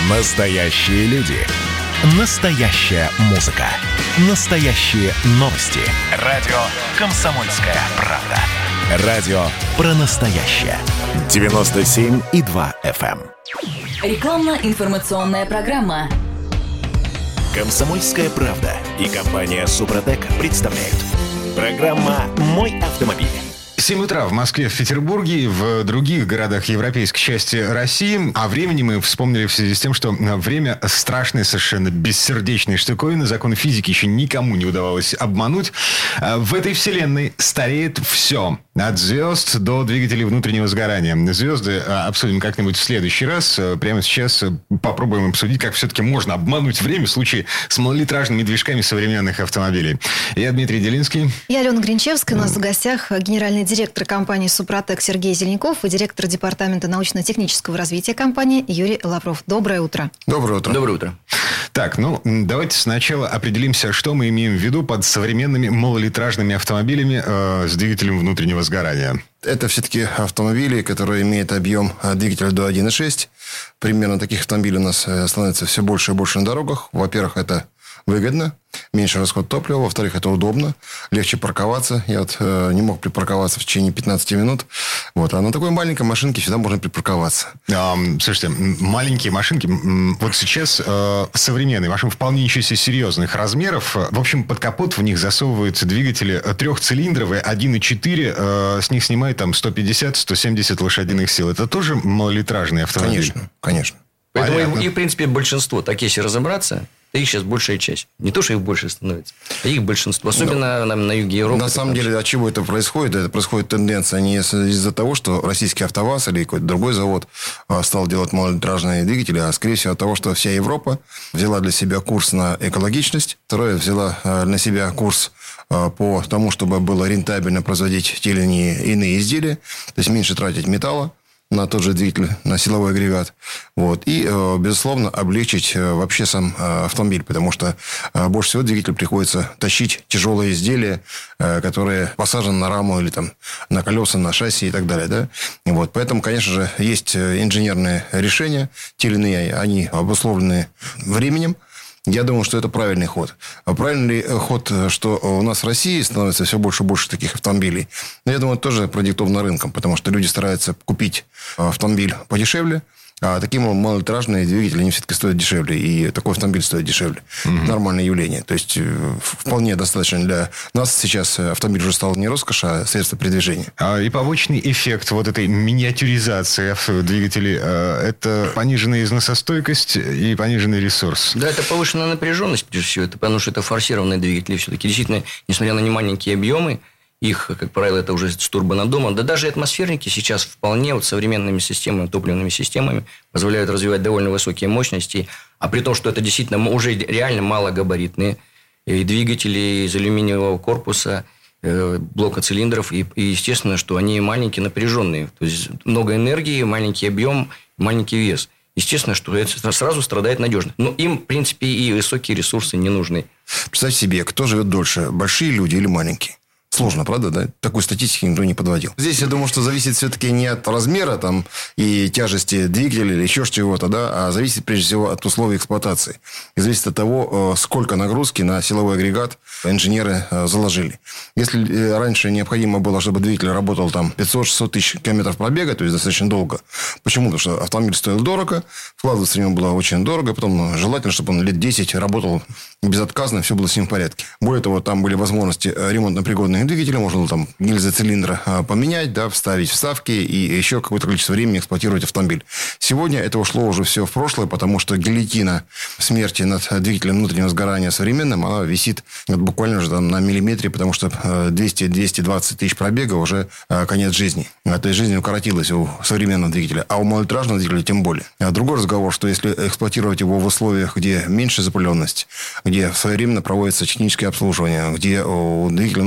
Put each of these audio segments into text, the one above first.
Настоящие люди. Настоящая музыка. Настоящие новости. Радио «Комсомольская правда». Радио про настоящее. 97,2 FM. Рекламно-информационная программа. «Комсомольская правда» и компания «Супротек» представляют. Программа «Мой автомобиль». 7 утра в Москве, в Петербурге и в других городах европейской части России. О времени мы вспомнили в связи с тем, что время страшная, совершенно бессердечная штуковина. Законы физики еще никому не удавалось обмануть. В этой вселенной стареет все. От звезд до двигателей внутреннего сгорания. Звезды обсудим как-нибудь в следующий раз. Прямо сейчас попробуем обсудить, как все-таки можно обмануть время в случае с малолитражными движками современных автомобилей. Я Дмитрий Делинский. Я Алена Гринчевская. У нас в гостях генеральный директор компании «Супротек» Сергей Зеленяков и директор департамента научно-технического развития компании Юрий Лавров. Доброе утро. Доброе утро. Доброе утро. Так, давайте сначала определимся, что мы имеем в виду под современными малолитражными автомобилями с двигателем внутреннего сгорания. Это все-таки автомобили, которые имеют объем двигателя до 1.6. Примерно таких автомобилей у нас становится все больше и больше на дорогах. Во-первых, это выгодно, меньше расход топлива. Во-вторых, это удобно, легче парковаться. Я не мог припарковаться в течение 15 минут. А на такой маленькой машинке всегда можно припарковаться. Слушайте, маленькие машинки, вот сейчас современные машины вполне себе серьезных размеров. В общем, под капот в них засовываются двигатели трехцилиндровые, 1.4. С них снимают 150-170 лошадиных сил. Это тоже малолитражные автомобили? Конечно. Поэтому их, в принципе, большинство. Так, если разобраться, то их сейчас большая часть. Не то, что их больше становится, а их большинство. Особенно на юге Европы. На самом деле, от чего это происходит? Это происходит тенденция не из-за того, что российский АвтоВАЗ или какой-то другой завод стал делать малолитражные двигатели, а скорее всего от того, что вся Европа взяла для себя курс на экологичность. Второе, взяла на себя курс по тому, чтобы было рентабельно производить те или иные изделия. То есть, меньше тратить металла на тот же двигатель, на силовой агрегат. И, безусловно, облегчить вообще сам автомобиль, потому что больше всего двигатель приходится тащить тяжелые изделия, которые посажены на раму или на колеса, на шасси и так далее. Да? Поэтому, конечно же, есть инженерные решения, те или иные, они обусловлены временем. Я думаю, что это правильный ход. Правильный ход, что у нас в России становится все больше и больше таких автомобилей. Но я думаю, это тоже продиктовано рынком, потому что люди стараются купить автомобиль подешевле, а такие малолитражные двигатели, они все-таки стоят дешевле. И такой автомобиль стоит дешевле. Это нормальное явление. То есть, вполне достаточно для нас сейчас автомобиль уже стал не роскошь, а средство передвижения. И побочный эффект этой миниатюризации двигателей – это пониженная износостойкость и пониженный ресурс. Да, это повышенная напряженность, прежде всего. Это потому что это форсированные двигатели. Все-таки действительно, несмотря на немаленькие объемы, их, как правило, это уже с турбонаддувом. Да даже атмосферники сейчас вполне современными системами, топливными системами позволяют развивать довольно высокие мощности. А при том, что это действительно уже реально малогабаритные двигатели из алюминиевого корпуса, блока цилиндров. И естественно, что они маленькие, напряженные. То есть, много энергии, маленький объем, маленький вес. Естественно, что это сразу страдает надежность. Но им, в принципе, и высокие ресурсы не нужны. Представьте себе, кто живет дольше, большие люди или маленькие? Сложно, правда, да? Такой статистики никто не подводил. Здесь, я думаю, что зависит все-таки не от размера и тяжести двигателя или еще чего-то, да, а зависит, прежде всего, от условий эксплуатации. И зависит от того, сколько нагрузки на силовой агрегат инженеры заложили. Если раньше необходимо было, чтобы двигатель работал 500-600 тысяч километров пробега, то есть достаточно долго. Почему? Потому что автомобиль стоил дорого, вкладываться в него было очень дорого, потом желательно, чтобы он лет 10 работал безотказно, все было с ним в порядке. Более того, там были возможности ремонтно-пригодных двигателя, можно было гильзы цилиндра поменять, да, вставить вставки и еще какое-то количество времени эксплуатировать автомобиль. Сегодня это ушло уже все в прошлое, потому что гильотина смерти над двигателем внутреннего сгорания современным, она висит буквально уже на миллиметре, потому что 200-220 тысяч пробега уже конец жизни. То есть, жизнь укоротилась у современного двигателя, а у малолитражного двигателя тем более. Другой разговор, что если эксплуатировать его в условиях, где меньше запыленность, где своевременно проводится техническое обслуживание, где у двигателя внутреннего сгорания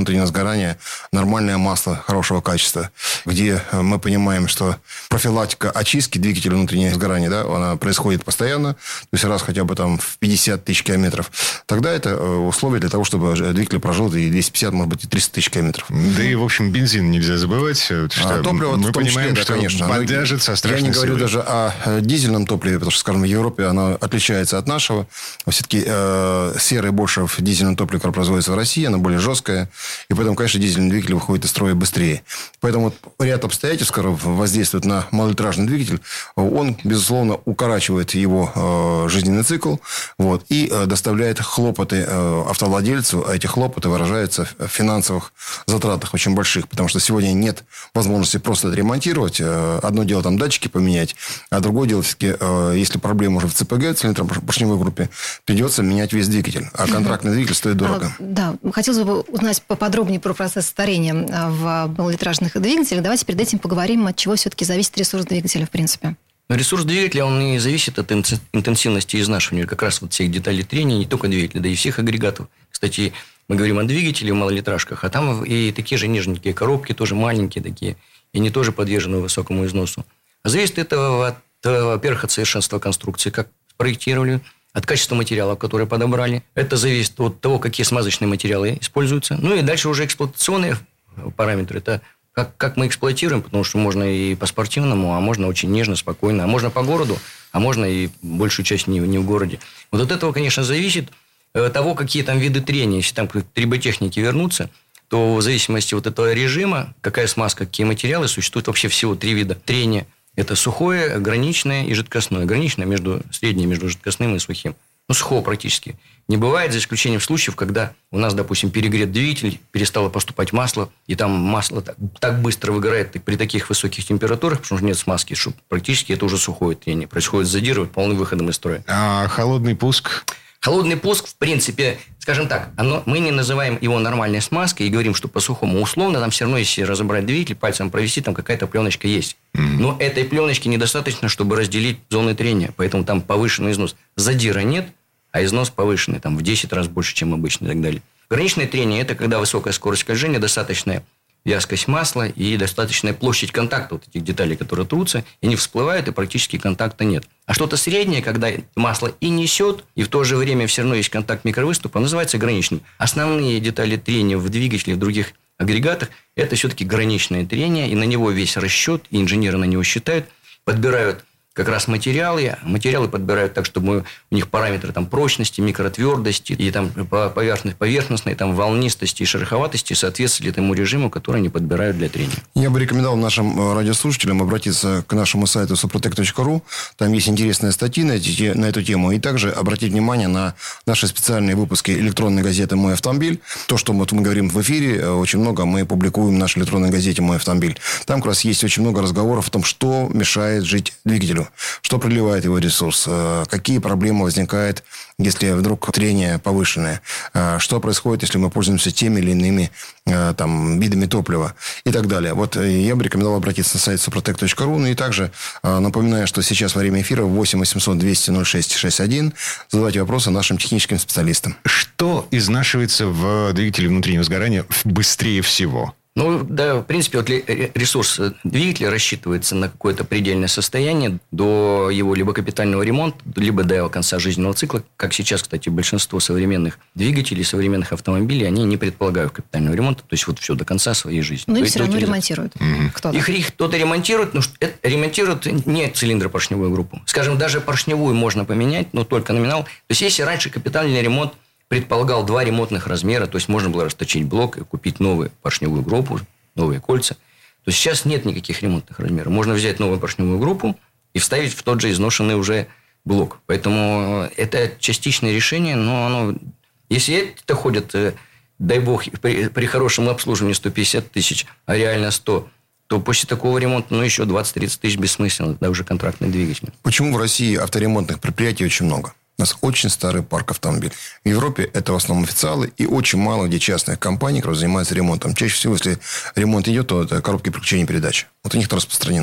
сгорания нормальное масло хорошего качества, где мы понимаем, что профилактика очистки двигателя внутреннего сгорания, да, она происходит постоянно, то есть раз хотя бы там в 50 тысяч километров, тогда это условие для того, чтобы двигатель прожил и 250, может быть, и 300 тысяч километров. Да и, в общем, бензин нельзя забывать, что топливо, мы понимаем, числе, что конечно, бодяжит со страшной Я не говорю силой. даже о дизельном топливе, потому что, скажем, в Европе оно отличается от нашего. Все-таки серы больше в дизельном топливе, которое производится в России, оно более жесткое. И поэтому, конечно, дизельный двигатель выходит из строя быстрее. Поэтому вот ряд обстоятельств, которые воздействуют на малолитражный двигатель, он, безусловно, укорачивает его жизненный цикл, вот, и доставляет хлопоты автовладельцу. А эти хлопоты выражаются в финансовых затратах очень больших. Потому что сегодня нет возможности просто это ремонтировать. Одно дело там датчики поменять, а другое дело, все-таки, если проблема уже в ЦПГ, цилиндропоршневой группе, придется менять весь двигатель. А контрактный двигатель стоит дорого. Да, хотелось бы узнать поподробнее про процесс старения в малолитражных двигателях. Давайте перед этим поговорим, от чего все-таки зависит ресурс двигателя, в принципе. Но ресурс двигателя, он и зависит от интенсивности изнашивания, как раз вот всех деталей трения, не только двигателя, да и всех агрегатов. Кстати, мы говорим о двигателе в малолитражках, а там и такие же нежненькие коробки, тоже маленькие такие, и они тоже подвержены высокому износу. А зависит это, во-первых, от совершенства конструкции, как спроектировали, от качества материалов, которые подобрали. Это зависит от того, какие смазочные материалы используются. Ну и дальше уже эксплуатационные параметры. Это как мы эксплуатируем, потому что можно и по-спортивному, а можно очень нежно, спокойно, а можно по городу, а можно и большую часть не в городе. Вот от этого, конечно, зависит того, какие там виды трения. Если там к триботехнике вернуться, то в зависимости от этого режима, какая смазка, какие материалы, существует вообще всего 3 вида трения. Это сухое, граничное и жидкостное. Граничное среднее между жидкостным и сухим. Ну, сухого практически не бывает, за исключением случаев, когда у нас, допустим, перегрет двигатель, перестало поступать масло, и там масло так быстро выгорает при таких высоких температурах, потому что нет смазки, что практически это уже сухое трение. Происходит задерживать полным выходом из строя. А холодный пуск? Холодный пуск, в принципе, скажем так, мы не называем его нормальной смазкой и говорим, что по-сухому. Условно, там все равно, если разобрать двигатель, пальцем провести, там какая-то пленочка есть. Но этой пленочки недостаточно, чтобы разделить зоны трения. Поэтому там повышенный износ. Задира нет, а износ повышенный, там в 10 раз больше, чем обычно и так далее. Граничное трение – это когда высокая скорость скольжения, достаточная вязкость масла и достаточная площадь контакта вот этих деталей, которые трутся, и они всплывают, и практически контакта нет. А что-то среднее, когда масло и несет, и в то же время все равно есть контакт микровыступа, называется граничным. Основные детали трения в двигателе и в других агрегатах – это все-таки граничное трение, и на него весь расчет, и инженеры на него считают, подбирают как раз материалы подбирают так, чтобы у них параметры там, прочности, микротвердости и там, поверхностной там, волнистости и шероховатости соответствовали тому режиму, который они подбирают для трения. Я бы рекомендовал нашим радиослушателям обратиться к нашему сайту suprotec.ru. Там есть интересные статьи на эту тему. И также обратить внимание на наши специальные выпуски электронной газеты «Мой автомобиль». То, что мы говорим в эфире, очень много мы публикуем в нашей электронной газете «Мой автомобиль». Там как раз есть очень много разговоров о том, что мешает жить двигателю. Что проливает его ресурс, какие проблемы возникают, если вдруг трение повышенное, что происходит, если мы пользуемся теми или иными там, видами топлива и так далее. Вот я бы рекомендовал обратиться на сайт suprotec.ru. Ну и также напоминаю, что сейчас во время эфира 8 800 200 06 61 задавайте вопросы нашим техническим специалистам. Что изнашивается в двигателе внутреннего сгорания быстрее всего? Ну, да, в принципе, вот ресурс двигателя рассчитывается на какое-то предельное состояние до его либо капитального ремонта, либо до конца жизненного цикла. Как сейчас, кстати, большинство современных двигателей, современных автомобилей, они не предполагают капитального ремонта, то есть вот все до конца своей жизни. Но их все равно ремонтируют. Кто-то. Их кто-то ремонтирует, но ремонтируют не цилиндропоршневую группу. Скажем, даже поршневую можно поменять, но только номинал. То есть, если раньше капитальный ремонт предполагал 2 ремонтных размера, то есть можно было расточить блок и купить новую поршневую группу, новые кольца, то сейчас нет никаких ремонтных размеров. Можно взять новую поршневую группу и вставить в тот же изношенный уже блок. Поэтому это частичное решение, но оно, если это ходит, дай бог, при хорошем обслуживании 150 тысяч, а реально 100, то после такого ремонта, еще 20-30 тысяч бессмысленно, тогда уже контрактный двигатель. Почему в России авторемонтных предприятий очень много? У нас очень старый парк автомобилей. В Европе это в основном официалы и очень мало где частных компаний, которые занимаются ремонтом. Чаще всего, если ремонт идет, то это коробки переключения передач. Вот у них это распространено.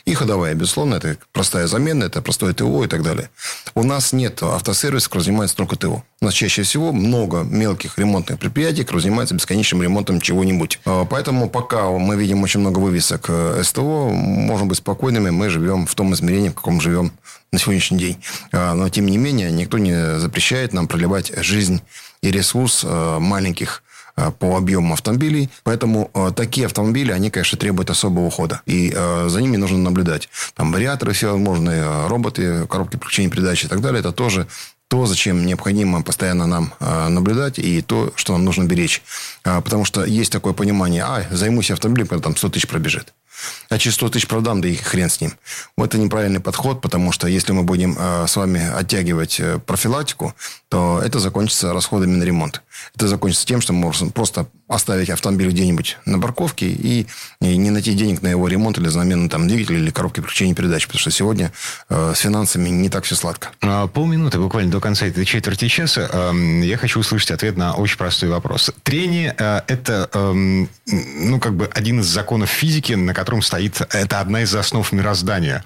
И ходовая, безусловно, это простая замена, это простое ТО и так далее. У нас нет автосервиса, который занимается только ТО. У нас чаще всего много мелких ремонтных предприятий, которые занимаются бесконечным ремонтом чего-нибудь. Поэтому пока мы видим очень много вывесок СТО, можем быть спокойными, мы живем в том измерении, в каком живем на сегодняшний день. Но, тем не менее, никто не запрещает нам проливать жизнь и ресурс маленьких по объему автомобилей. Поэтому такие автомобили, они, конечно, требуют особого ухода. И за ними нужно наблюдать. Там вариаторы всевозможные, роботы, коробки переключения передач и так далее. Это тоже то, зачем необходимо постоянно нам наблюдать, и то, что нам нужно беречь. Потому что есть такое понимание, займусь автомобилем, когда там 100 тысяч пробежит. А через 100 тысяч продам, да и хрен с ним. Вот это неправильный подход, потому что если мы будем с вами оттягивать профилактику, то это закончится расходами на ремонт. Это закончится тем, что мы можем просто оставить автомобиль где-нибудь на парковке и не найти денег на его ремонт или замену там, двигателя или коробки переключения передач. Потому что сегодня с финансами не так все сладко. Полминуты буквально до конца этой четверти часа. Я хочу услышать ответ на очень простой вопрос. Трение – это один из законов физики, на котором стоит... Это одна из основ мироздания.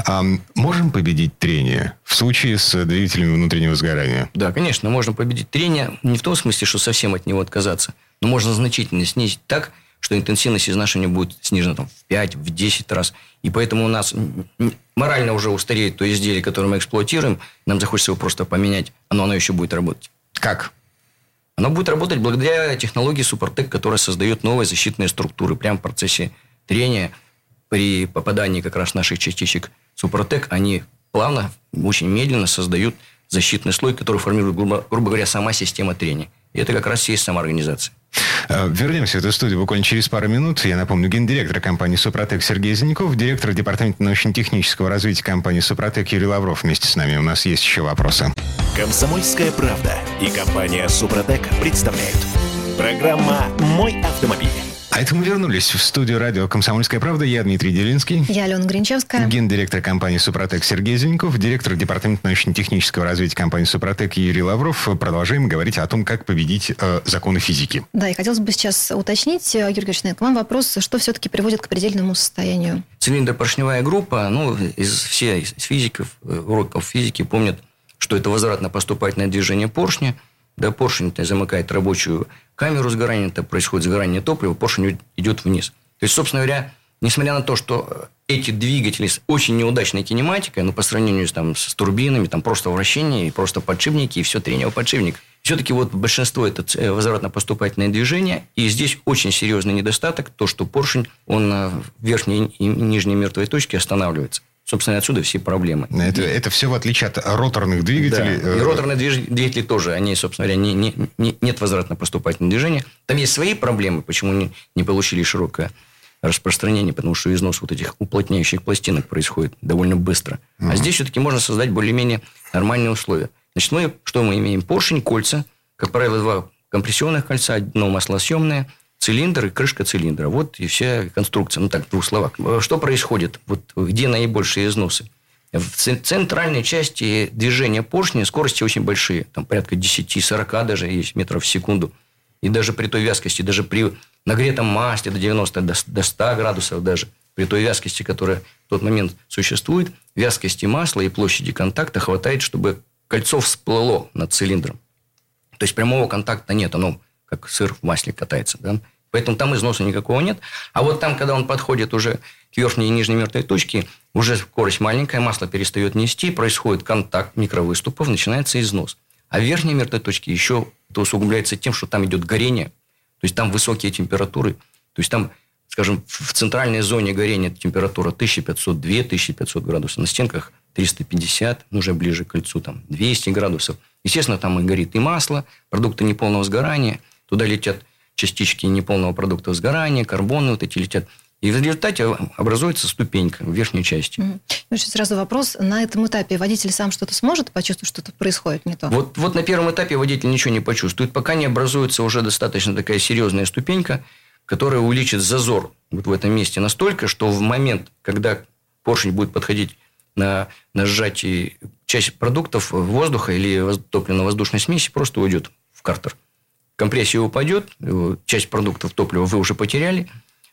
Можем победить трение в случае с двигателями внутреннего сгорания? Да, конечно, можно победить трение. Не в том смысле, что совсем от него отказаться. Но можно значительно снизить так, что интенсивность изнашивания будет снижена в 5, в 10 раз. И поэтому у нас морально уже устареет то изделие, которое мы эксплуатируем. Нам захочется его просто поменять. Оно еще будет работать. Как? Оно будет работать благодаря технологии Супротек, которая создает новые защитные структуры. Прямо в процессе трения, при попадании как раз наших частичек Супротек, они плавно, очень медленно создают защитный слой, который формирует, грубо говоря, сама система трения. И это как раз и есть сама организация. Вернемся в эту студию буквально через пару минут. Я напомню, гендиректор компании «Супротек» Сергей Зеленков, директор департамента научно-технического развития компании «Супротек» Юрий Лавров вместе с нами. У нас есть еще вопросы. «Комсомольская правда» и компания «Супротек» представляют. Программа «Мой автомобиль». А это мы вернулись в студию радио «Комсомольская правда». Я Дмитрий Делинский. Я Алена Гринчевская. Гендиректор компании «Супротек» Сергей Зеленков. Директор департамента научно-технического развития компании «Супротек» Юрий Лавров. Продолжаем говорить о том, как победить законы физики. Да, и хотелось бы сейчас уточнить, Юрий Григорьевич, к вам вопрос, что все-таки приводит к предельному состоянию? Цилиндропоршневая группа, из физиков, уроков физики помнят, что это возвратно-поступательное движение поршня. Да, поршень замыкает рабочую камеру сгорания, это происходит сгорание топлива, поршень идет вниз. То есть, собственно говоря, несмотря на то, что эти двигатели с очень неудачной кинематикой, по сравнению с турбинами, просто вращение, просто подшипники, и все трение у подшипников, все-таки большинство это возвратно-поступательное движение, и здесь очень серьезный недостаток, то, что поршень, он в верхней и нижней мертвой точке останавливается. Собственно, отсюда все проблемы. Это все в отличие от роторных двигателей. Да. И роторные двигатели тоже, они, собственно говоря, нет возвратно-поступательного движения. Там есть свои проблемы, почему не получили широкое распространение, потому что износ этих уплотняющих пластинок происходит довольно быстро. А здесь все-таки можно создать более-менее нормальные условия. Значит, мы имеем? Поршень, кольца, как правило, 2 компрессионных кольца, одно маслосъемное, цилиндр и крышка цилиндра. Вот и вся конструкция. В 2 словах. Что происходит? Где наибольшие износы? В центральной части движения поршня скорости очень большие. Там порядка 10-40 даже есть метров в секунду. И даже при той вязкости, даже при нагретом масле до 90, до 100 градусов даже, при той вязкости, которая в тот момент существует, вязкости масла и площади контакта хватает, чтобы кольцо всплыло над цилиндром. То есть, прямого контакта нет. Оно как сыр в масле катается. Да? Поэтому там износа никакого нет. А вот там, когда он подходит уже к верхней и нижней мертвой точке, уже скорость маленькая, масло перестает нести, происходит контакт микровыступов, начинается износ. А в верхней мертвой точке еще это усугубляется тем, что там идет горение. То есть, там высокие температуры. То есть, там, скажем, в центральной зоне горения температура 1500-2500 градусов. На стенках 350, уже ближе к кольцу, 200 градусов. Естественно, там и горит и масло, продукты неполного сгорания. Туда летят частички неполного продукта сгорания, карбоны эти летят. И в результате образуется ступенька в верхней части. Сразу вопрос. На этом этапе водитель сам что-то сможет почувствовать, что-то происходит не то? Вот на первом этапе водитель ничего не почувствует, пока не образуется уже достаточно такая серьезная ступенька, которая увеличит зазор в этом месте настолько, что в момент, когда поршень будет подходить на сжатие, часть продуктов воздуха или топливно-воздушной смеси просто уйдет в картер. Компрессия упадет, часть продуктов топлива вы уже потеряли,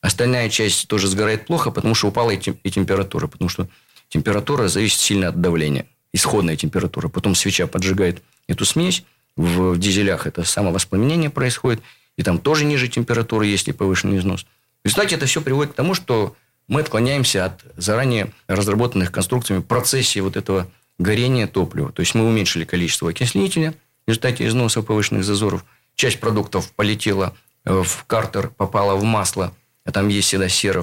Остальная часть тоже сгорает плохо, потому что упала и температура. Потому что температура зависит сильно от давления. Исходная температура. Потом свеча поджигает эту смесь. В дизелях это самовоспламенение происходит. И там тоже ниже температуры, если повышенный износ. В результате это все приводит к тому, что мы отклоняемся от заранее разработанных конструкциями процессии вот этого горения топлива. То есть мы уменьшили количество окислителя в результате износа повышенных зазоров. Часть продуктов полетела в картер, попала в масло. А там есть всегда сера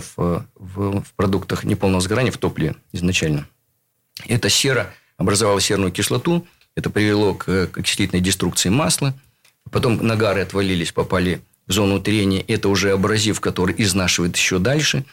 в продуктах неполного сгорания, в топливе изначально. Эта сера образовала серную кислоту. Это привело к окислительной деструкции масла. Потом нагары отвалились, попали в зону трения. Это уже абразив, который изнашивает еще дальше.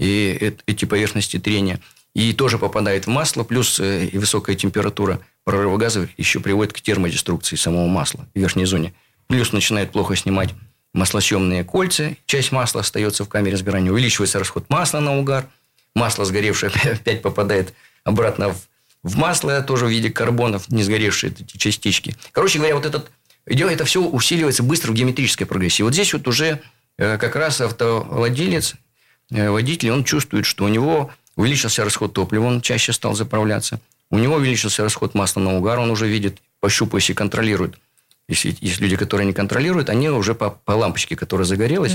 И эти поверхности трения. И тоже попадает в масло. Плюс и высокая температура прорыва газов еще приводит к термодеструкции самого масла в верхней зоне. Плюс начинает плохо снимать маслосъемные кольца. Часть масла остается в камере сгорания. Увеличивается расход масла на угар. Масло сгоревшее опять попадает обратно в масло, тоже в виде карбонов, не сгоревшие эти частички. Короче говоря, вот это все усиливается быстро в геометрической прогрессии. Вот здесь вот уже как раз автовладелец, водитель, он чувствует, что у него увеличился расход топлива, он чаще стал заправляться. У него увеличился расход масла на угар, он уже видит, пощупывает и контролирует. Если есть люди, которые не контролируют, они уже по лампочке, которая загорелась,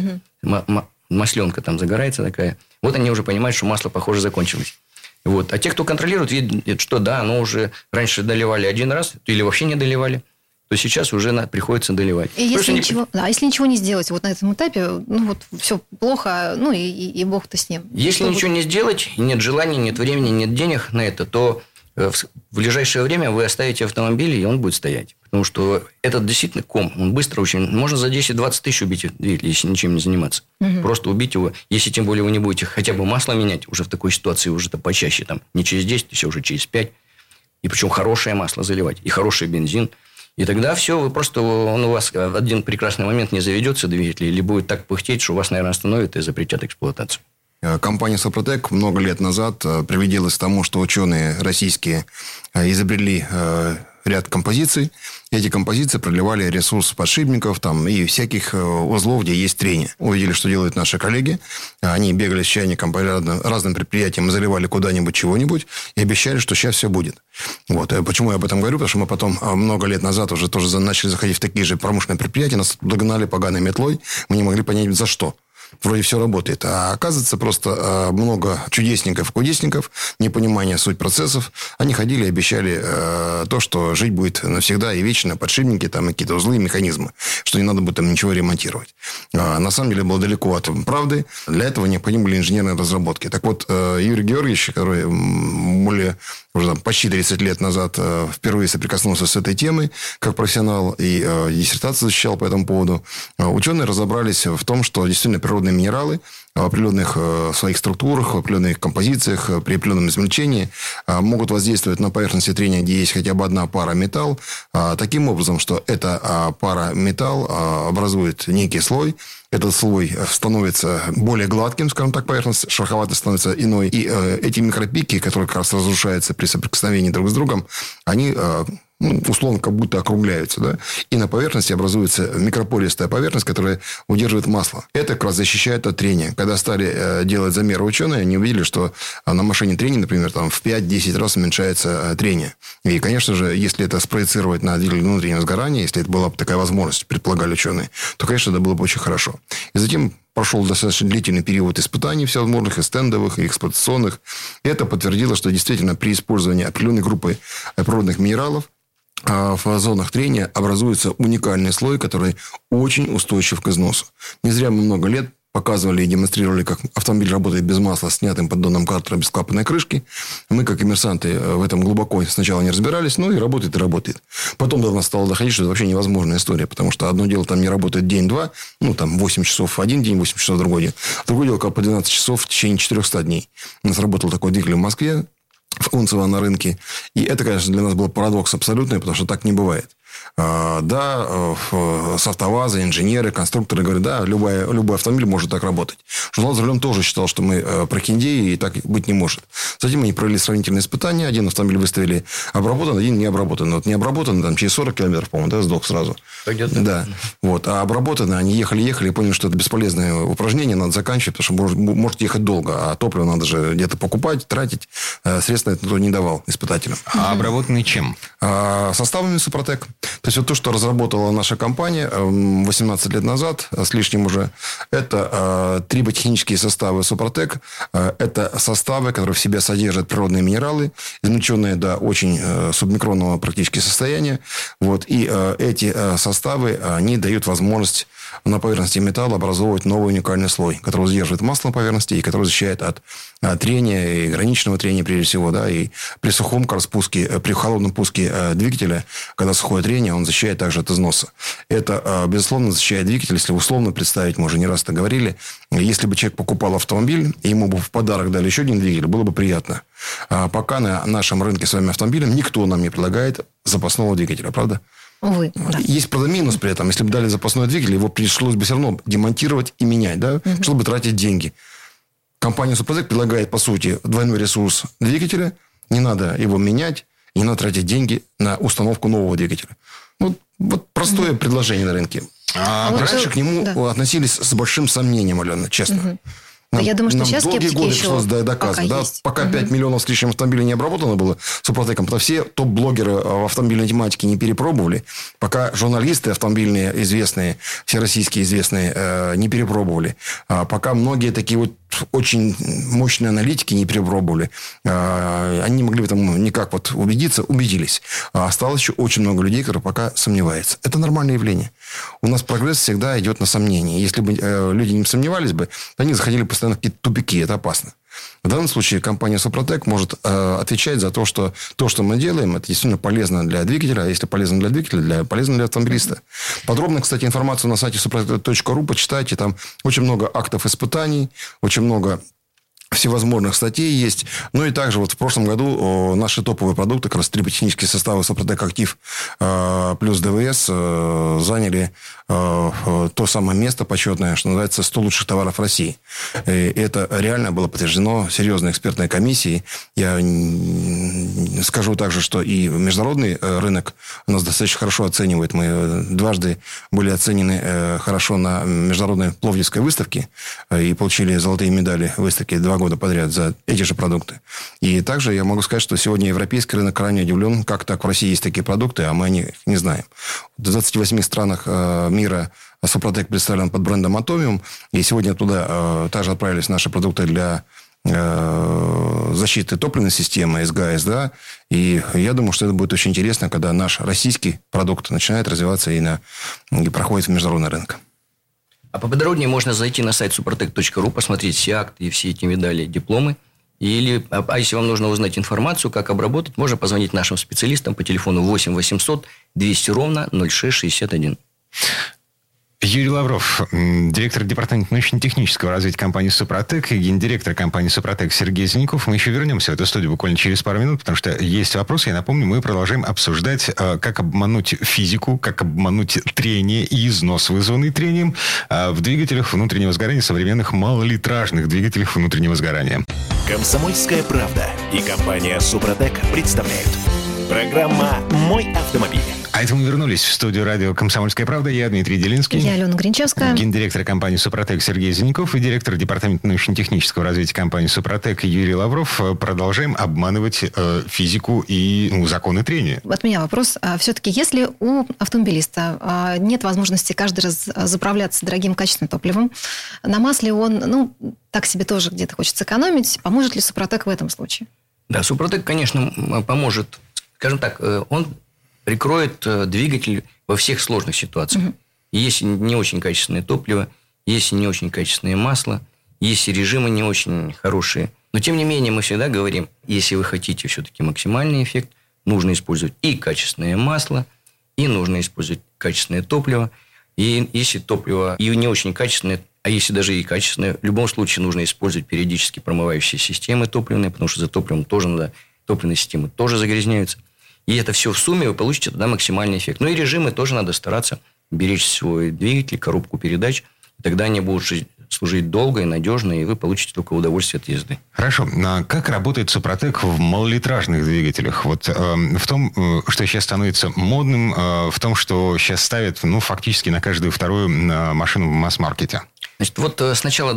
масленка там загорается такая, вот они уже понимают, что масло, похоже, закончилось. Вот. А те, кто контролирует, видят, что да, оно уже раньше доливали один раз, или вообще не доливали, то сейчас уже приходится доливать. И если ничего не сделать вот на этом этапе, все плохо, и бог-то с ним. Если ничего не сделать, нет желания, нет времени, нет денег на это, то в ближайшее время вы оставите автомобиль, и он будет стоять. Потому что этот действительно ком, он быстро очень... Можно за 10-20 тысяч убить двигатель, если ничем не заниматься. Просто убить его. Если тем более вы не будете хотя бы масло менять, уже в такой ситуации уже-то почаще, там, не через 10 тысяч, а уже через 5. И причем хорошее масло заливать, и хороший бензин. И тогда все, вы просто... Он у вас в один прекрасный момент не заведется двигатель, или будет так пыхтеть, что вас, наверное, остановят и запретят эксплуатацию. Компания «Супротек» много лет назад приводилась к тому, что ученые российские изобрели ряд композиций. Эти композиции продлевали ресурс подшипников там, и всяких узлов, где есть трение. Увидели, что делают наши коллеги. Они бегали с чайником по разным предприятиям, заливали куда-нибудь чего-нибудь и обещали, что сейчас все будет. Вот. Почему я об этом говорю? Потому что мы потом много лет назад уже тоже начали заходить в такие же промышленные предприятия. Нас догнали поганой метлой. Мы не могли понять, за что. Вроде все работает. А оказывается, просто много чудесников, непонимание суть процессов. Они ходили и обещали то, что жить будет навсегда и вечно, подшипники, там, и какие-то узлы и механизмы, что не надо будет там ничего ремонтировать. На самом деле, было далеко от правды. Для этого необходимы были инженерные разработки. Так вот, Юрий Георгиевич, который уже почти 30 лет назад впервые соприкоснулся с этой темой, как профессионал, и диссертацию защищал по этому поводу, ученые разобрались в том, что действительно природные минералы в определенных своих структурах, в определенных композициях, при определенном измельчении могут воздействовать на поверхности трения, где есть хотя бы одна пара металл, таким образом, что эта пара металл образует некий слой. Этот слой становится более гладким, скажем так, поверхность шероховатой становится иной. И эти микропики, которые как раз разрушаются при соприкосновении друг с другом, они условно как будто округляются. Да? И на поверхности образуется микропористая поверхность, которая удерживает масло. Это как раз защищает от трения. Когда стали делать замеры ученые, они увидели, что на машине трения, например, там, в 5-10 раз уменьшается трение. И, конечно же, если это спроецировать на двигатель внутреннего сгорания, если это была бы такая возможность, предполагали ученые, то, конечно, это было бы очень хорошо. И затем прошел достаточно длительный период испытаний всевозможных, и стендовых, и эксплуатационных. И это подтвердило, что действительно при использовании определенной группы природных минералов в зонах трения образуется уникальный слой, который очень устойчив к износу. Не зря мы много лет показывали и демонстрировали, как автомобиль работает без масла, снятым поддоном картера, без клапанной крышки. Мы, как коммерсанты, в этом глубоко сначала не разбирались, но и работает, и работает. Потом до нас стало доходить, что это вообще невозможная история, потому что одно дело там не работает день-два, 8 часов один день, 8 часов другой день. Другое дело, как по 12 часов в течение 400 дней. У нас работал такой двигатель в Москве, в Кунцево на рынке. И это, конечно, для нас был парадокс абсолютный, потому что так не бывает. Да, софтовазы, инженеры, конструкторы говорят, да, любой автомобиль может так работать. Журнал «За рулем» тоже считал, что мы прохиндеи, и так быть не может. Затем они провели сравнительные испытания. Один автомобиль выставили обработан, один не обработан. Вот не обработанный, там, через 40 километров, по-моему, да, сдох сразу. Пойдет. Да. Вот. А обработанные, они ехали и поняли, что это бесполезное упражнение, надо заканчивать, потому что может ехать долго, а топливо надо же где-то покупать, тратить. Средства это никто не давал испытателям. А обработанный чем? Составами Супротек. То есть, вот то, что разработала наша компания 18 лет назад, с лишним уже, это триботехнические составы Супротек. Это составы, которые в себе содержат природные минералы, измельченные до очень субмикронного практически состояния. Вот. И эти составы, они дают возможность на поверхности металла образовывать новый уникальный слой, который сдерживает масло на поверхности и который защищает от трения, и граничного трения прежде всего. Да, и при сухом распуске, при холодном пуске двигателя, когда сухое трение, он защищает также от износа. Это, безусловно, защищает двигатель. Если условно представить, мы уже не раз это говорили, если бы человек покупал автомобиль, и ему бы в подарок дали еще один двигатель, было бы приятно. Пока на нашем рынке с вами автомобилем никто нам не предлагает запасного двигателя, правда? Увы, да. Есть, правда, минус при этом. Если бы дали запасной двигатель, его пришлось бы все равно демонтировать и менять, да? Чтобы тратить деньги. Компания Супротек предлагает, по сути, двойной ресурс двигателя. Не надо его менять, не надо тратить деньги на установку нового двигателя. Вот простое предложение на рынке. Раньше к нему относились с большим сомнением, Алена, честно. Я думаю, что сейчас долгие годы пришлось доказывать. Да? Пока 5 миллионов с лишним автомобилей не обработано было Супротеком, пока все топ-блогеры в автомобильной тематике не перепробовали, пока журналисты автомобильные известные, всероссийские известные, не перепробовали, пока многие такие вот очень мощные аналитики не перепробовали, они не могли в этом никак вот убедились. Осталось еще очень много людей, которые пока сомневаются. Это нормальное явление. У нас прогресс всегда идет на сомнения. Если бы люди не сомневались бы, они заходили постоянно в какие-то тупики. Это опасно. В данном случае компания Супротек может отвечать за то, что мы делаем, это действительно полезно для двигателя. А если полезно для двигателя, полезно для автомобилиста. Подробно, кстати, информацию на сайте suprotec.ru почитайте. Там очень много актов испытаний, очень много всевозможных статей есть. Ну и также вот в прошлом году наши топовые продукты, как раз триботехнические составы Супротек Актив плюс ДВС заняли то самое место почетное, что называется 100 лучших товаров России. И это реально было подтверждено серьезной экспертной комиссией. Я скажу также, что и международный рынок нас достаточно хорошо оценивает. Мы дважды были оценены хорошо на международной Пловдивской выставке и получили золотые медали выставки 2 года подряд за эти же продукты. И также я могу сказать, что сегодня европейский рынок крайне удивлен, как так в России есть такие продукты, а мы о них не знаем. В 28 странах мира Супротек представлен под брендом Atomium. И сегодня туда также отправились наши продукты для защиты топливной системы СГАС, да. И я думаю, что это будет очень интересно, когда наш российский продукт начинает развиваться и проходит в международный рынок. А поподробнее можно зайти на сайт suprotec.ru, посмотреть все акты и все эти медали, дипломы. А если вам нужно узнать информацию, как обработать, можно позвонить нашим специалистам по телефону 8 800 200 ровно 0661. Юрий Лавров, директор департамента научно-технического развития компании «Супротек» и гендиректор компании «Супротек» Сергей Зеленков. Мы еще вернемся в эту студию буквально через пару минут, потому что есть вопросы. Я напомню, мы продолжаем обсуждать, как обмануть физику, как обмануть трение и износ, вызванный трением в двигателях внутреннего сгорания, современных малолитражных двигателях внутреннего сгорания. «Комсомольская правда» и компания «Супротек» представляют. Программа «Мой автомобиль». А это мы вернулись в студию радио «Комсомольская правда». Я Дмитрий Делинский. Я Алена Гринчевская. Гендиректор компании «Супротек» Сергей Зеленков и директор департамента научно-технического развития компании «Супротек» Юрий Лавров. Продолжаем обманывать физику и законы трения. От меня вопрос. Все-таки, если у автомобилиста нет возможности каждый раз заправляться дорогим качественным топливом, на масле он, так себе тоже где-то хочет сэкономить, поможет ли «Супротек» в этом случае? Да, «Супротек», конечно, поможет. Скажем так, он прикроет двигатель во всех сложных ситуациях. Если не очень качественное топливо, если не очень качественное масло, если режимы не очень хорошие. Но, тем не менее, мы всегда говорим, если вы хотите все-таки максимальный эффект, нужно использовать и качественное масло, и нужно использовать качественное топливо. И если топливо и не очень качественное, а если даже и качественное, в любом случае нужно использовать периодически промывающие системы топливные, потому что за топливом тоже надо, топливные системы тоже загрязняются. И это все в сумме вы получите тогда максимальный эффект. Ну и режимы тоже надо стараться беречь свой двигатель, коробку передач. И тогда они будут служить долго и надежно, и вы получите только удовольствие от езды. Хорошо. А как работает Супротек в малолитражных двигателях? Вот в том, что сейчас становится модным, в том, что сейчас ставят фактически на каждую вторую машину в масс-маркете. Значит, вот с начала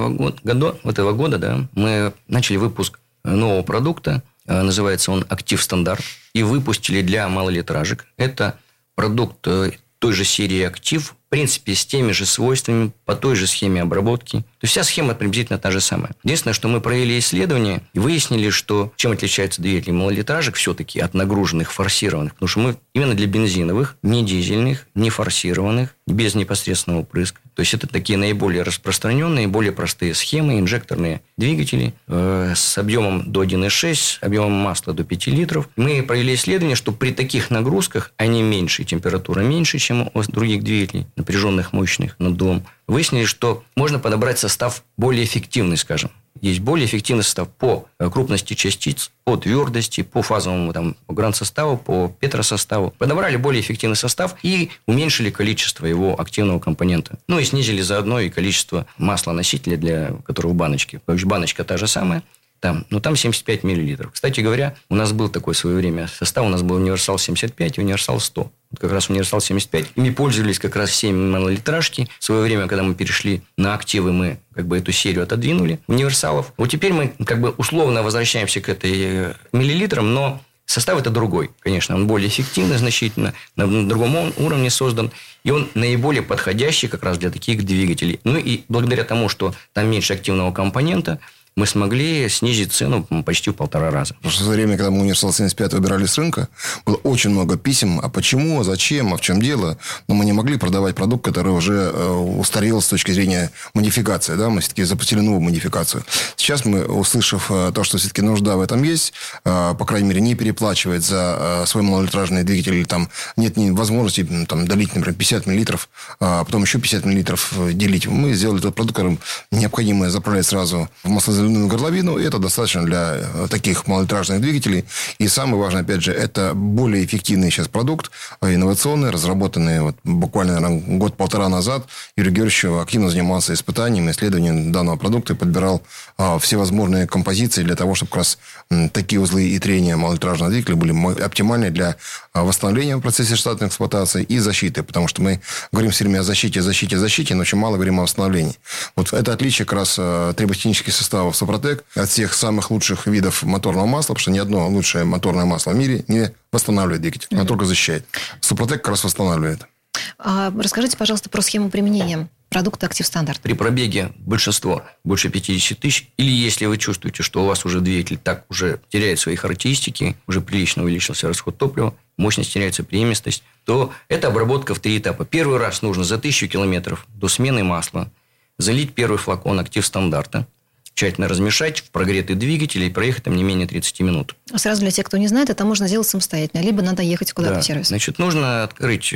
2020 года, да, мы начали выпуск нового продукта. Называется он «Актив Стандарт». И выпустили для малолитражек. Это продукт той же серии «Актив», в принципе, с теми же свойствами, по той же схеме обработки. То есть, вся схема приблизительно та же самая. Единственное, что мы провели исследование и выяснили, что чем отличаются двигатели малолитражек все-таки от нагруженных, форсированных. Потому что мы именно для бензиновых, не дизельных, не форсированных, без непосредственного впрыска. То есть, это такие наиболее распространенные, более простые схемы, инжекторные двигатели с объемом до 1,6, с объемом масла до 5 литров. Мы провели исследование, что при таких нагрузках они меньше, температура меньше, чем у других двигателей, напряженных, мощных, наддувом. Выяснили, что можно подобрать состав более эффективный, скажем. Есть более эффективный состав по крупности частиц, по твердости, по фазовому по гран-составу, по петросоставу. Подобрали более эффективный состав и уменьшили количество его активного компонента. Ну и снизили заодно и количество масла-носителя, для которого в баночке. Потому что баночка та же самая. Там 75 миллилитров. Кстати говоря, у нас был такой в свое время состав. У нас был универсал 75 и универсал 100. Вот как раз универсал 75. Ими пользовались как раз все малолитражки. В свое время, когда мы перешли на активы, мы эту серию отодвинули универсалов. Вот теперь мы условно возвращаемся к этой миллилитрам, но состав это другой. Конечно, он более эффективный значительно, на другом уровне создан. И он наиболее подходящий как раз для таких двигателей. Ну и благодаря тому, что там меньше активного компонента, мы смогли снизить цену почти в 1,5 раза. В то время, когда мы универсал 75 выбирали с рынка, было очень много писем, а почему, а зачем, а в чем дело. Но мы не могли продавать продукт, который уже устарел с точки зрения модификации. Да? Мы все-таки запустили новую модификацию. Сейчас мы, услышав то, что все-таки нужда в этом есть, по крайней мере, не переплачивать за свой малолитражный двигатель, или там нет возможности долить, например, 50 миллилитров, а потом еще 50 миллилитров делить. Мы сделали тот продукт, которым необходимо заправлять сразу в маслозаливную горловину, и это достаточно для таких малолитражных двигателей. И самое важное, опять же, это более эффективный сейчас продукт, инновационный, разработанный буквально, наверное, 1-1,5 назад. Юрий Георгиевич активно занимался испытанием, исследованием данного продукта и подбирал всевозможные композиции для того, чтобы как раз такие узлы и трения малолитражного двигателя были оптимальны для восстановления в процессе штатной эксплуатации и защиты. Потому что мы говорим все время о защите, но очень мало говорим о восстановлении. Вот это отличие как раз триботехнических составов Супротек от всех самых лучших видов моторного масла, потому что ни одно лучшее моторное масло в мире не восстанавливает двигатель, а только защищает. Супротек как раз восстанавливает. Расскажите, пожалуйста, про схему применения продукта «Актив Стандарт». При пробеге большинство больше 50 тысяч, или если вы чувствуете, что у вас уже двигатель так уже теряет свои характеристики, уже прилично увеличился расход топлива, мощность теряется, преемистость, то это обработка в 3 этапа. Первый раз нужно за 1000 километров до смены масла залить первый флакон «Актив Стандарта», тщательно размешать в прогретый двигатель и проехать там не менее 30 минут. Сразу для тех, кто не знает, это можно сделать самостоятельно, либо надо ехать куда-то в сервис. Значит, нужно открыть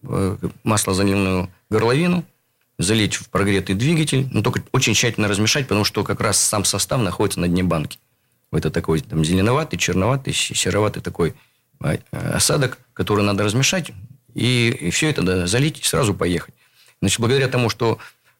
маслозаливную горловину, залить в прогретый двигатель, но только очень тщательно размешать, потому что как раз сам состав находится на дне банки. Это такой зеленоватый, черноватый, сероватый такой осадок, который надо размешать, и все это залить и сразу поехать. Значит, благодаря тому, что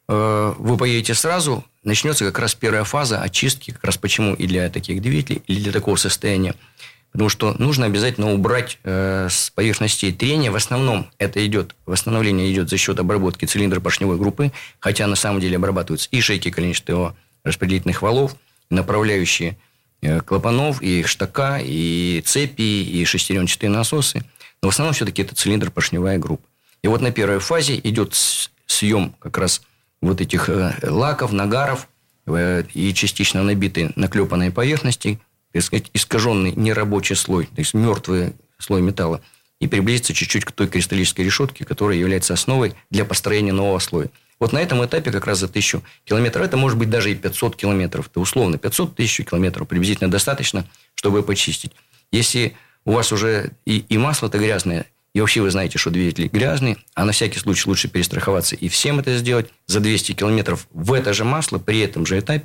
вы поедете сразу, начнется как раз первая фаза очистки, как раз почему и для таких двигателей, или для такого состояния. Потому что нужно обязательно убрать с поверхностей трения. В основном восстановление идет за счет обработки цилиндропоршневой группы, хотя на самом деле обрабатываются и шейки коленчатого распределительных валов, и направляющие клапанов, и штока, и цепи, и шестеренчатые насосы. Но в основном все-таки это цилиндропоршневая группа. И вот на первой фазе идет съем как раз этих лаков, нагаров и частично набитые наклепанные поверхности, так сказать, искаженный нерабочий слой, то есть мертвый слой металла, и приблизиться чуть-чуть к той кристаллической решетке, которая является основой для построения нового слоя. Вот на этом этапе как раз за 1000 километров, это может быть даже и 500 километров, это условно 500 тысяч километров приблизительно достаточно, чтобы почистить. Если у вас уже и масло-то грязное, и вообще вы знаете, что двигатель грязный, а на всякий случай лучше перестраховаться и всем это сделать. За 200 километров в это же масло, при этом же этапе,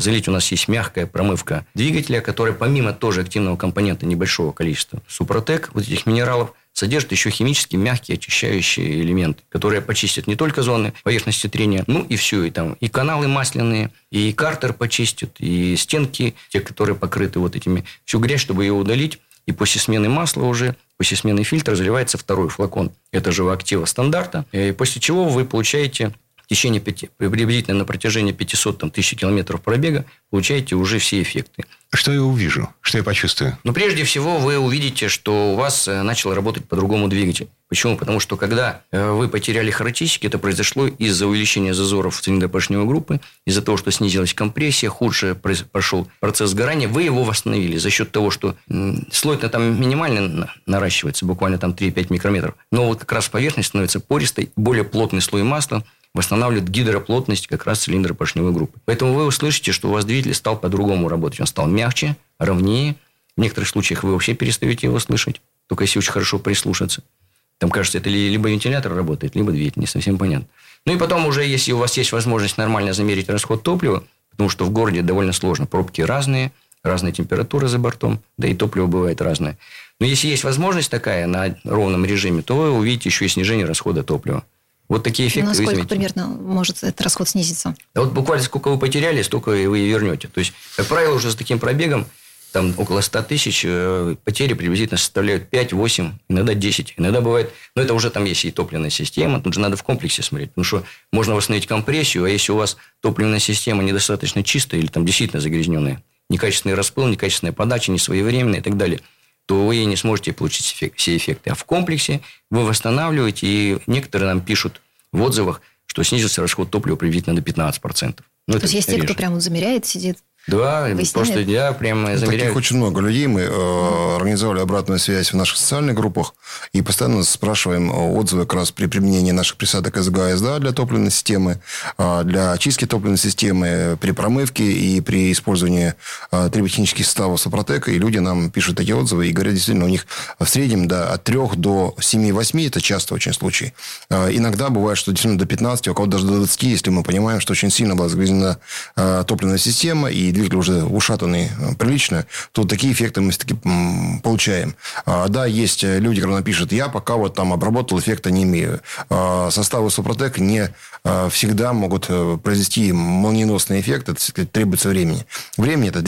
залить у нас есть мягкая промывка двигателя, которая помимо тоже активного компонента небольшого количества Супротек, вот этих минералов, содержит еще химически мягкие очищающие элементы, которые почистят не только зоны поверхности трения, ну и все, и там и каналы масляные, и картер почистят, и стенки, те, которые покрыты вот этими, всю грязь, чтобы ее удалить. И после смены масла уже, после смены фильтра заливается второй флакон этого актива стандарта, и после чего вы получаете в течение приблизительно на протяжении 500 тысяч километров пробега, получаете уже все эффекты. Что я увижу? Что я почувствую? Но прежде всего вы увидите, что у вас начал работать по-другому двигатель. Почему? Потому что когда вы потеряли характеристики, это произошло из-за увеличения зазоров цилиндропоршневой группы, из-за того, что снизилась компрессия, худше прошел процесс сгорания, вы его восстановили за счет того, что слой-то там минимально наращивается, буквально там 3-5 микрометров. Но вот как раз поверхность становится пористой, более плотный слой масла восстанавливает гидроплотность как раз цилиндропоршневой группы. Поэтому вы услышите, что у вас двигатель стал по-другому работать. Он стал мягче, ровнее. В некоторых случаях вы вообще перестаете его слышать, только если очень хорошо прислушаться. Там, кажется, это либо вентилятор работает, либо двигатель, не совсем понятно. Ну и потом уже, если у вас есть возможность нормально замерить расход топлива, потому что в городе довольно сложно, пробки разные температуры за бортом, да и топливо бывает разное. Но если есть возможность такая на ровном режиме, то вы увидите еще и снижение расхода топлива. Вот такие эффекты. Насколько примерно может этот расход снизиться? Да вот буквально сколько вы потеряли, столько вы и вернете. То есть, как правило, уже с таким пробегом, там около 100 тысяч, потери приблизительно составляют 5, 8, иногда 10. Иногда бывает, но это уже там есть и топливная система, тут же надо в комплексе смотреть. Потому что можно восстановить компрессию, а если у вас топливная система недостаточно чистая или там действительно загрязненная, некачественный распыл, некачественная подача, несвоевременная и так далее, то вы не сможете получить все эффекты. А в комплексе вы восстанавливаете, и некоторые нам пишут в отзывах, что снизился расход топлива приблизительно до 15%. То есть, есть те, кто прямо вот замеряет, сидит? Да, просто я прямо замеряю. Таких очень много людей. Мы организовали обратную связь в наших социальных группах и постоянно спрашиваем отзывы как раз при применении наших присадок СГА и СДА для топливной системы, для очистки топливной системы, при промывке и при использовании триботехнических составов Супротека. И люди нам пишут такие отзывы и говорят, действительно, у них в среднем от 3 до 7-8, это часто очень случаи. Иногда бывает, что действительно до 15, у кого-то даже до 20, если мы понимаем, что очень сильно была загрязнена топливная система, и двигатель уже ушатанный прилично, то такие эффекты мы все-таки получаем. Да, есть люди, которые напишут, я пока вот там обработал, эффекта не имею. Составы Супротек не всегда могут произвести молниеносный эффект, это требуется времени. Времени это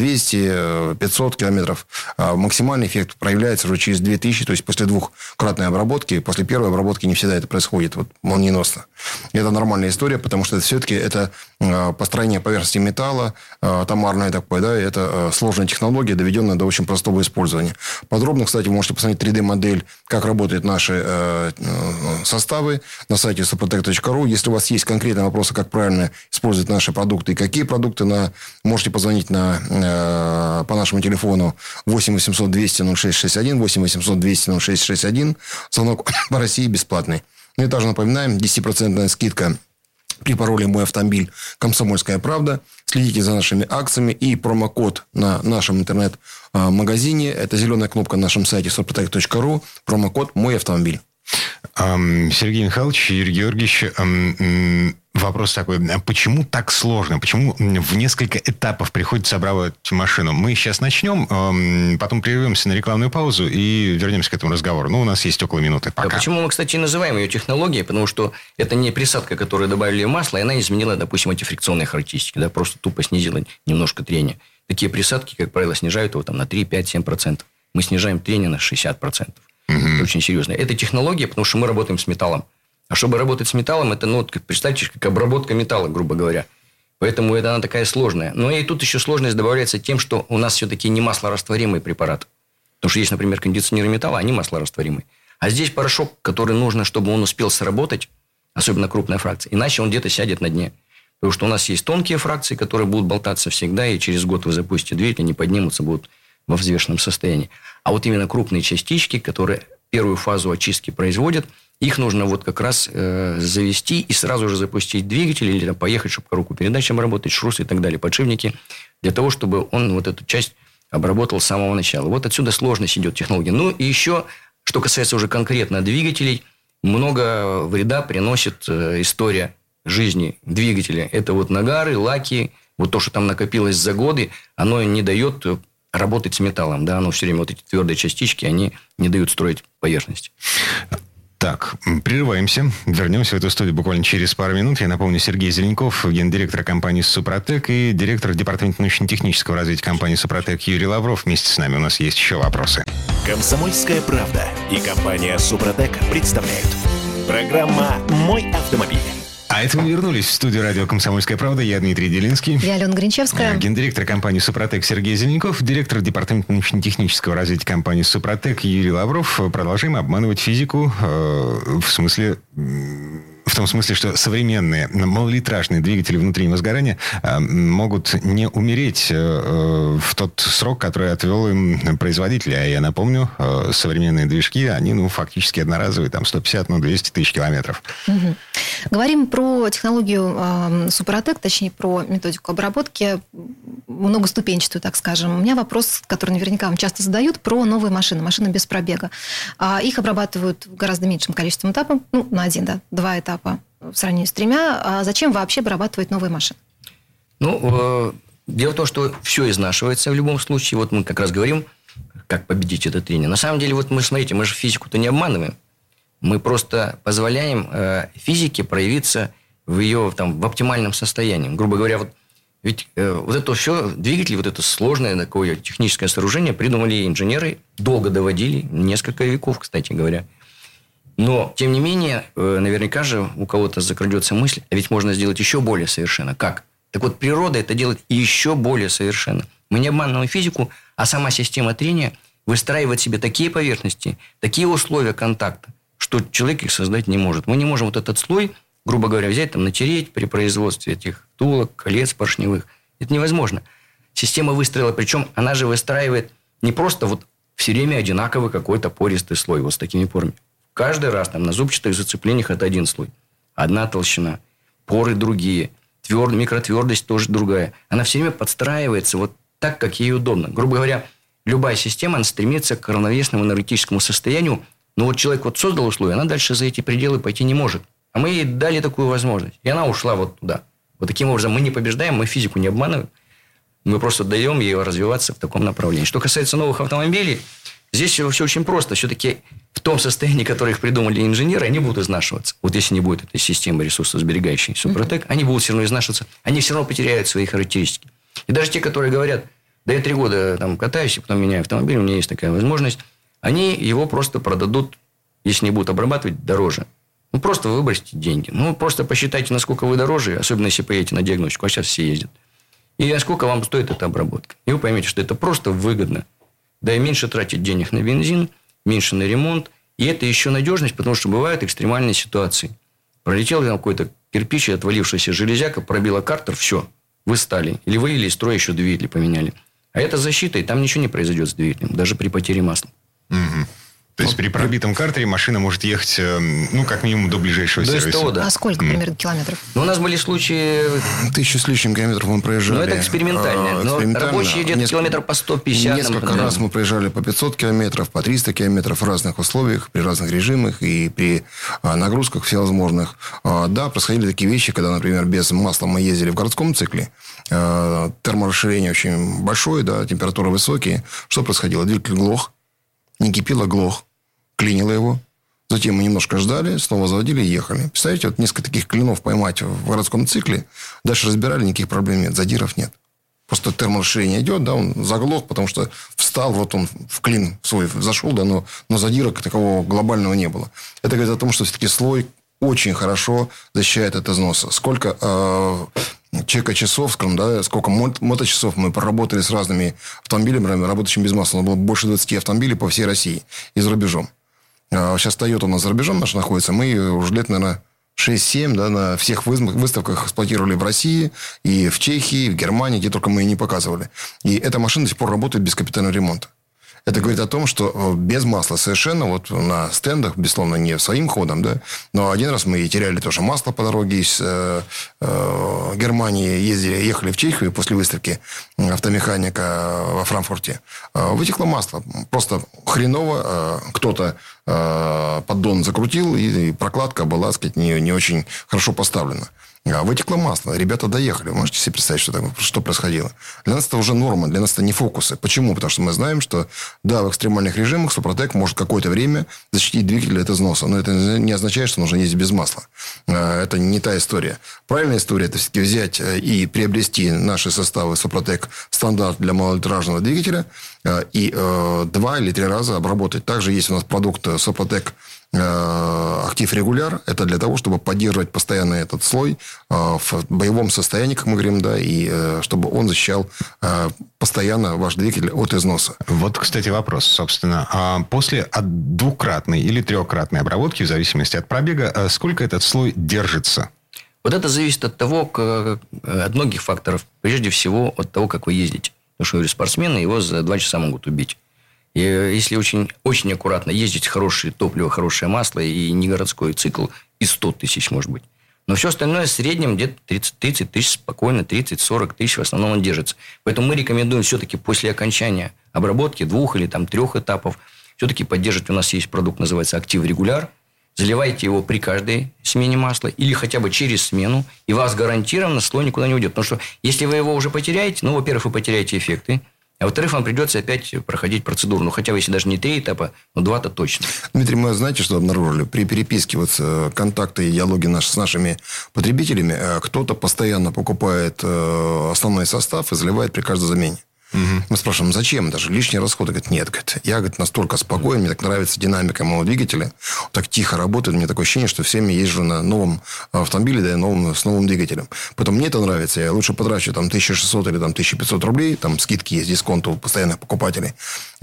200-500 километров. Максимальный эффект проявляется уже через 2000, то есть после двухкратной обработки, после первой обработки не всегда это происходит вот, молниеносно. Это нормальная история, потому что все-таки это построение поверхности металла, тамарное такое, да, это сложная технология, доведенная до очень простого использования. Подробно, кстати, вы можете посмотреть 3D-модель, как работают наши составы на сайте suprotec.ru. Если у вас есть конкретные вопросы, как правильно использовать наши продукты и какие продукты, можете позвонить по нашему телефону 8 800 200 0661, 8 800 200 0661. Звонок по России бесплатный. Ну и также напоминаем, 10% скидка при пароле «Мой автомобиль» «Комсомольская правда». Следите за нашими акциями. И промокод на нашем интернет-магазине. Это зеленая кнопка на нашем сайте suprotec.ru. Промокод «Мой автомобиль». Сергей Михайлович, Юрий Георгиевич, вопрос такой. Почему так сложно? Почему в несколько этапов приходится обрабатывать машину? Мы сейчас начнем, потом прервемся на рекламную паузу и вернемся к этому разговору. Ну, у нас есть около минуты. Пока. Да, почему мы, кстати, называем ее технологией? Потому что это не присадка, которую добавили в масло, и она изменила, допустим, эти фрикционные характеристики. Да, просто тупо снизила немножко трение. Такие присадки, как правило, снижают его там, на 3, 5, 7%. Мы снижаем трение на 60%. Это очень серьезно. Это технология, потому что мы работаем с металлом. А чтобы работать с металлом, это, представьте, как обработка металла, грубо говоря. Поэтому она такая сложная. Но и тут еще сложность добавляется тем, что у нас все-таки не маслорастворимый препарат. Потому что есть, например, кондиционеры металла, они маслорастворимые. А здесь порошок, который нужно, чтобы он успел сработать, особенно крупная фракция. Иначе он где-то сядет на дне. Потому что у нас есть тонкие фракции, которые будут болтаться всегда, и через год вы запустите двигатель, они поднимутся, будут во взвешенном состоянии. А вот именно крупные частички, которые первую фазу очистки производят, их нужно вот как раз завести и сразу же запустить двигатель или поехать, чтобы коробку передач обработать, шрус и так далее, подшипники, для того, чтобы он вот эту часть обработал с самого начала. Вот отсюда сложность идет технологии. Ну, и еще, что касается уже конкретно двигателей, много вреда приносит история жизни двигателя. Это вот нагары, лаки, Вот то, что там накопилось за годы, оно не дает работать с металлом. Да? Оно все время, вот эти твердые частички, они не дают строить поверхность. Так, прерываемся. Вернемся в эту студию буквально через пару минут. Я напомню, Сергей Зеленков, гендиректор компании «Супротек» и директор департамента научно-технического развития компании «Супротек» Юрий Лавров вместе с нами. У нас есть еще вопросы. «Комсомольская правда» и компания «Супротек» представляют. Программа «Мой автомобиль». А это мы вернулись в студию радио «Комсомольская правда». Я Дмитрий Делинский. Я Алена Гринчевская. Гендиректор компании «Супротек» Сергей Зеленков. Директор департамента научно-технического развития компании «Супротек» Юрий Лавров. Продолжаем обманывать физику в том смысле, что современные малолитражные двигатели внутреннего сгорания могут не умереть в тот срок, который отвел им производитель. А я напомню, современные движки, они фактически одноразовые, там 150-200 тысяч километров. Угу. Говорим про технологию Супротек, точнее, про методику обработки, многоступенчатую, так скажем. У меня вопрос, который наверняка вам часто задают, про новые машины без пробега. Их обрабатывают гораздо меньшим количеством этапов, на 2 этапа в сравнении с 3. А зачем вообще обрабатывать новые машины? Дело в том, что все изнашивается в любом случае. Вот мы как раз говорим, как победить это трение. На самом деле, мы же физику-то не обманываем. Мы просто позволяем физике проявиться в ее в оптимальном состоянии. Грубо говоря, ведь вот это все, двигатель, вот это сложное такое техническое сооружение придумали инженеры, долго доводили, несколько веков, кстати говоря. Но, тем не менее, наверняка же у кого-то закрадется мысль, а ведь можно сделать еще более совершенно. Как? Так вот, природа это делает еще более совершенно. Мы не обманываем физику, а сама система трения выстраивает себе такие поверхности, такие условия контакта, что человек их создать не может. Мы не можем вот этот слой, грубо говоря, взять, натереть при производстве этих втулок, колец поршневых. Это невозможно. Система выстроила, причем она же выстраивает не просто все время одинаковый какой-то пористый слой с такими порами. Каждый раз на зубчатых зацеплениях это один слой. Одна толщина. Поры другие. Микротвердость тоже другая. Она все время подстраивается так, как ей удобно. Грубо говоря, любая система, она стремится к равновесному энергетическому состоянию. Но человек создал условия, она дальше за эти пределы пойти не может. А мы ей дали такую возможность. И она ушла туда. Таким образом, мы не побеждаем, мы физику не обманываем. Мы просто даем ей развиваться в таком направлении. Что касается новых автомобилей, здесь все очень просто. Все-таки в том состоянии, которое их придумали инженеры, они будут изнашиваться. Если не будет этой системы ресурсосберегающей Супротек, они будут все равно изнашиваться. Они все равно потеряют свои характеристики. И даже те, которые говорят, да я 3 года катаюсь, и потом меняю автомобиль, у меня есть такая возможность, они его просто продадут, если не будут обрабатывать, дороже. Просто выбросьте деньги. Просто посчитайте, насколько вы дороже, особенно если поедете на диагностику, а сейчас все ездят. И насколько вам стоит эта обработка. И вы поймете, что это просто выгодно. Да и меньше тратить денег на бензин, меньше на ремонт. И это еще надежность, потому что бывают экстремальные ситуации. Пролетел какой-то кирпич, отвалившаяся железяка, пробила картер, все, вы стали. Или вывели из строя, еще двигатель поменяли. А это защита, и там ничего не произойдет с двигателем, даже при потере масла. Угу. То есть при пробитом картере машина может ехать, как минимум, до ближайшего сервиса. СТО, да. А сколько примерно километров? У нас были случаи... 1000 с лишним километров мы проезжали. Это экспериментально. Но рабочие едет километров по 150. Несколько раз мы проезжали по 500 километров, по 300 километров в разных условиях, при разных режимах и при нагрузках всевозможных. Да, происходили такие вещи, когда, например, без масла мы ездили в городском цикле. Терморасширение очень большое, да, температуры высокие. Что происходило? Двигатель глох. Не кипело, глох. Клинило его. Затем мы немножко ждали, снова заводили и ехали. Представляете, несколько таких клинов поймать в городском цикле. Дальше разбирали, никаких проблем нет. Задиров нет. Просто терморасширение идет, да, он заглох, потому что встал, он в клин свой зашел, да, но задира такого глобального не было. Это говорит о том, что все-таки слой очень хорошо защищает от износа. Сколько часов, скажем, да, сколько моточасов мы проработали с разными автомобилями, работающими без масла. Было больше 20 автомобилей по всей России и за рубежом. Сейчас Toyota у нас за рубежом находится. Мы уже лет, наверное, 6-7, да, на всех выставках эксплуатировали в России, и в Чехии, и в Германии, где только мы ее не показывали. И эта машина до сих пор работает без капитального ремонта. Это говорит о том, что без масла совершенно, на стендах, безусловно, не своим ходом, да, но один раз мы теряли тоже масло по дороге из Германии, ехали в Чехию после выставки автомеханика во Франкфурте. Вытекло масло. Просто хреново. Кто-то поддон закрутил, и прокладка была, так сказать, не очень хорошо поставлена. Вытекло масло. Ребята доехали. Вы можете себе представить, что происходило? Для нас это уже норма, для нас это не фокусы. Почему? Потому что мы знаем, что да, в экстремальных режимах Супротек может какое-то время защитить двигатель от износа. Но это не означает, что нужно ездить без масла. Это не та история. Правильная история – это все-таки взять и приобрести наши составы Супротек стандарт для малолитражного двигателя и 2 или 3 раза обработать. Также есть у нас продукт Супротек Актив Регуляр. Это для того, чтобы поддерживать постоянно этот слой в боевом состоянии, как мы говорим, да, и чтобы он защищал постоянно ваш двигатель от износа. Вот, кстати, вопрос, собственно. После двукратной или трехкратной обработки, в зависимости от пробега, сколько этот слой держится? Вот это зависит от того, от многих факторов. Прежде всего, от того, как вы ездите. Потому что, говорю, спортсмены его за 2 часа могут убить. И если очень, очень аккуратно ездить, хорошее топливо, хорошее масло и не городской цикл, и 100 тысяч, может быть. Но все остальное в среднем где-то 30 тысяч спокойно, 30-40 тысяч в основном он держится. Поэтому мы рекомендуем все-таки после окончания обработки 2 или 3 этапов все-таки поддерживать. У нас есть продукт, называется Актив Регуляр. Заливайте его при каждой смене масла или хотя бы через смену, и вас гарантированно слой никуда не уйдет. Потому что если вы его уже потеряете, во-первых, вы потеряете эффекты, а во-вторых, вам придется опять проходить процедуру. Хотя бы, если даже не 3 этапа, но 2-то точно. Дмитрий, мы знаете, что обнаружили? При переписке контакты и диалоги с нашими потребителями, кто-то постоянно покупает основной состав и заливает при каждой замене. Мы спрашиваем, зачем? Даже лишние расходы. Говорит, нет. Я настолько спокоен, мне так нравится динамика моего двигателя. Так тихо работает. У меня такое ощущение, что всеми езжу на новом автомобиле, да, с новым двигателем. Поэтому мне это нравится. Я лучше потрачу 1600 или 1500 рублей, там скидки есть, дисконт у постоянных покупателей,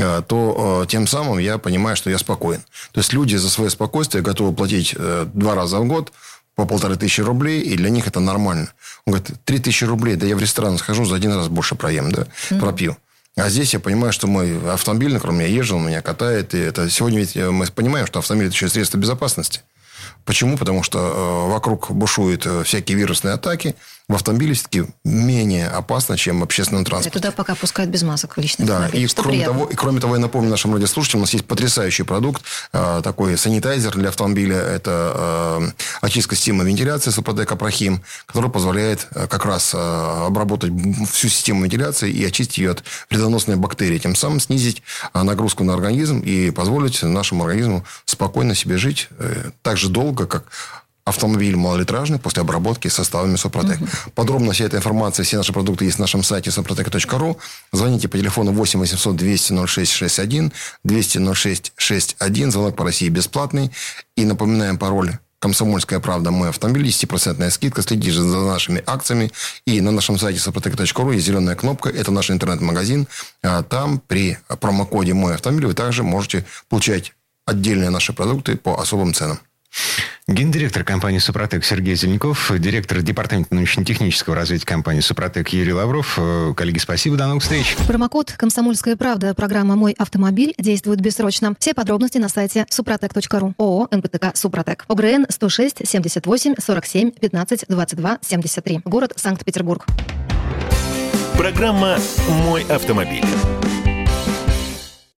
то тем самым я понимаю, что я спокоен. То есть люди за свое спокойствие готовы платить 2 раза в год по 1500 рублей, и для них это нормально. Он говорит, 3000 рублей, да я в ресторан схожу, за 1 раз больше проем, да, пропью. А здесь я понимаю, что мой автомобиль, на котором я езжу, он меня катает. И это сегодня ведь мы понимаем, что автомобиль – это еще средство безопасности. Почему? Потому что вокруг бушуют всякие вирусные атаки. В автомобиле все-таки менее опасно, чем в общественном транспорте. И туда пока пускают без масок в личный автомобиль. И кроме того, я напомню нашим радиослушателям, у нас есть потрясающий продукт, такой санитайзер для автомобиля. Это очистка системы вентиляции Супротек Апрахим, который позволяет как раз обработать всю систему вентиляции и очистить ее от вредоносной бактерии. Тем самым снизить нагрузку на организм и позволить нашему организму спокойно себе жить так же долго, как автомобиль малолитражный после обработки составами Супротек. Подробно вся эта информация, все наши продукты есть на нашем сайте suprotec.ru. Звоните по телефону 8 800 200 06 61, 200 06 61. Звонок по России бесплатный. И напоминаем пароль «Комсомольская правда. Мой автомобиль». 10% скидка. Следите за нашими акциями. И на нашем сайте suprotec.ru есть зеленая кнопка. Это наш интернет-магазин. Там при промокоде «Мой автомобиль» вы также можете получать отдельные наши продукты по особым ценам. Гендиректор компании «Супротек» Сергей Зеленков, директор департамента научно-технического развития компании «Супротек» Юрий Лавров. Коллеги, спасибо, до новых встреч. Промокод «Комсомольская правда» программа «Мой автомобиль» действует бессрочно. Все подробности на сайте suprotec.ru. ООО «НПТК Супротек». ОГРН 106 78 47 15 22 73. Город Санкт-Петербург. Программа «Мой автомобиль».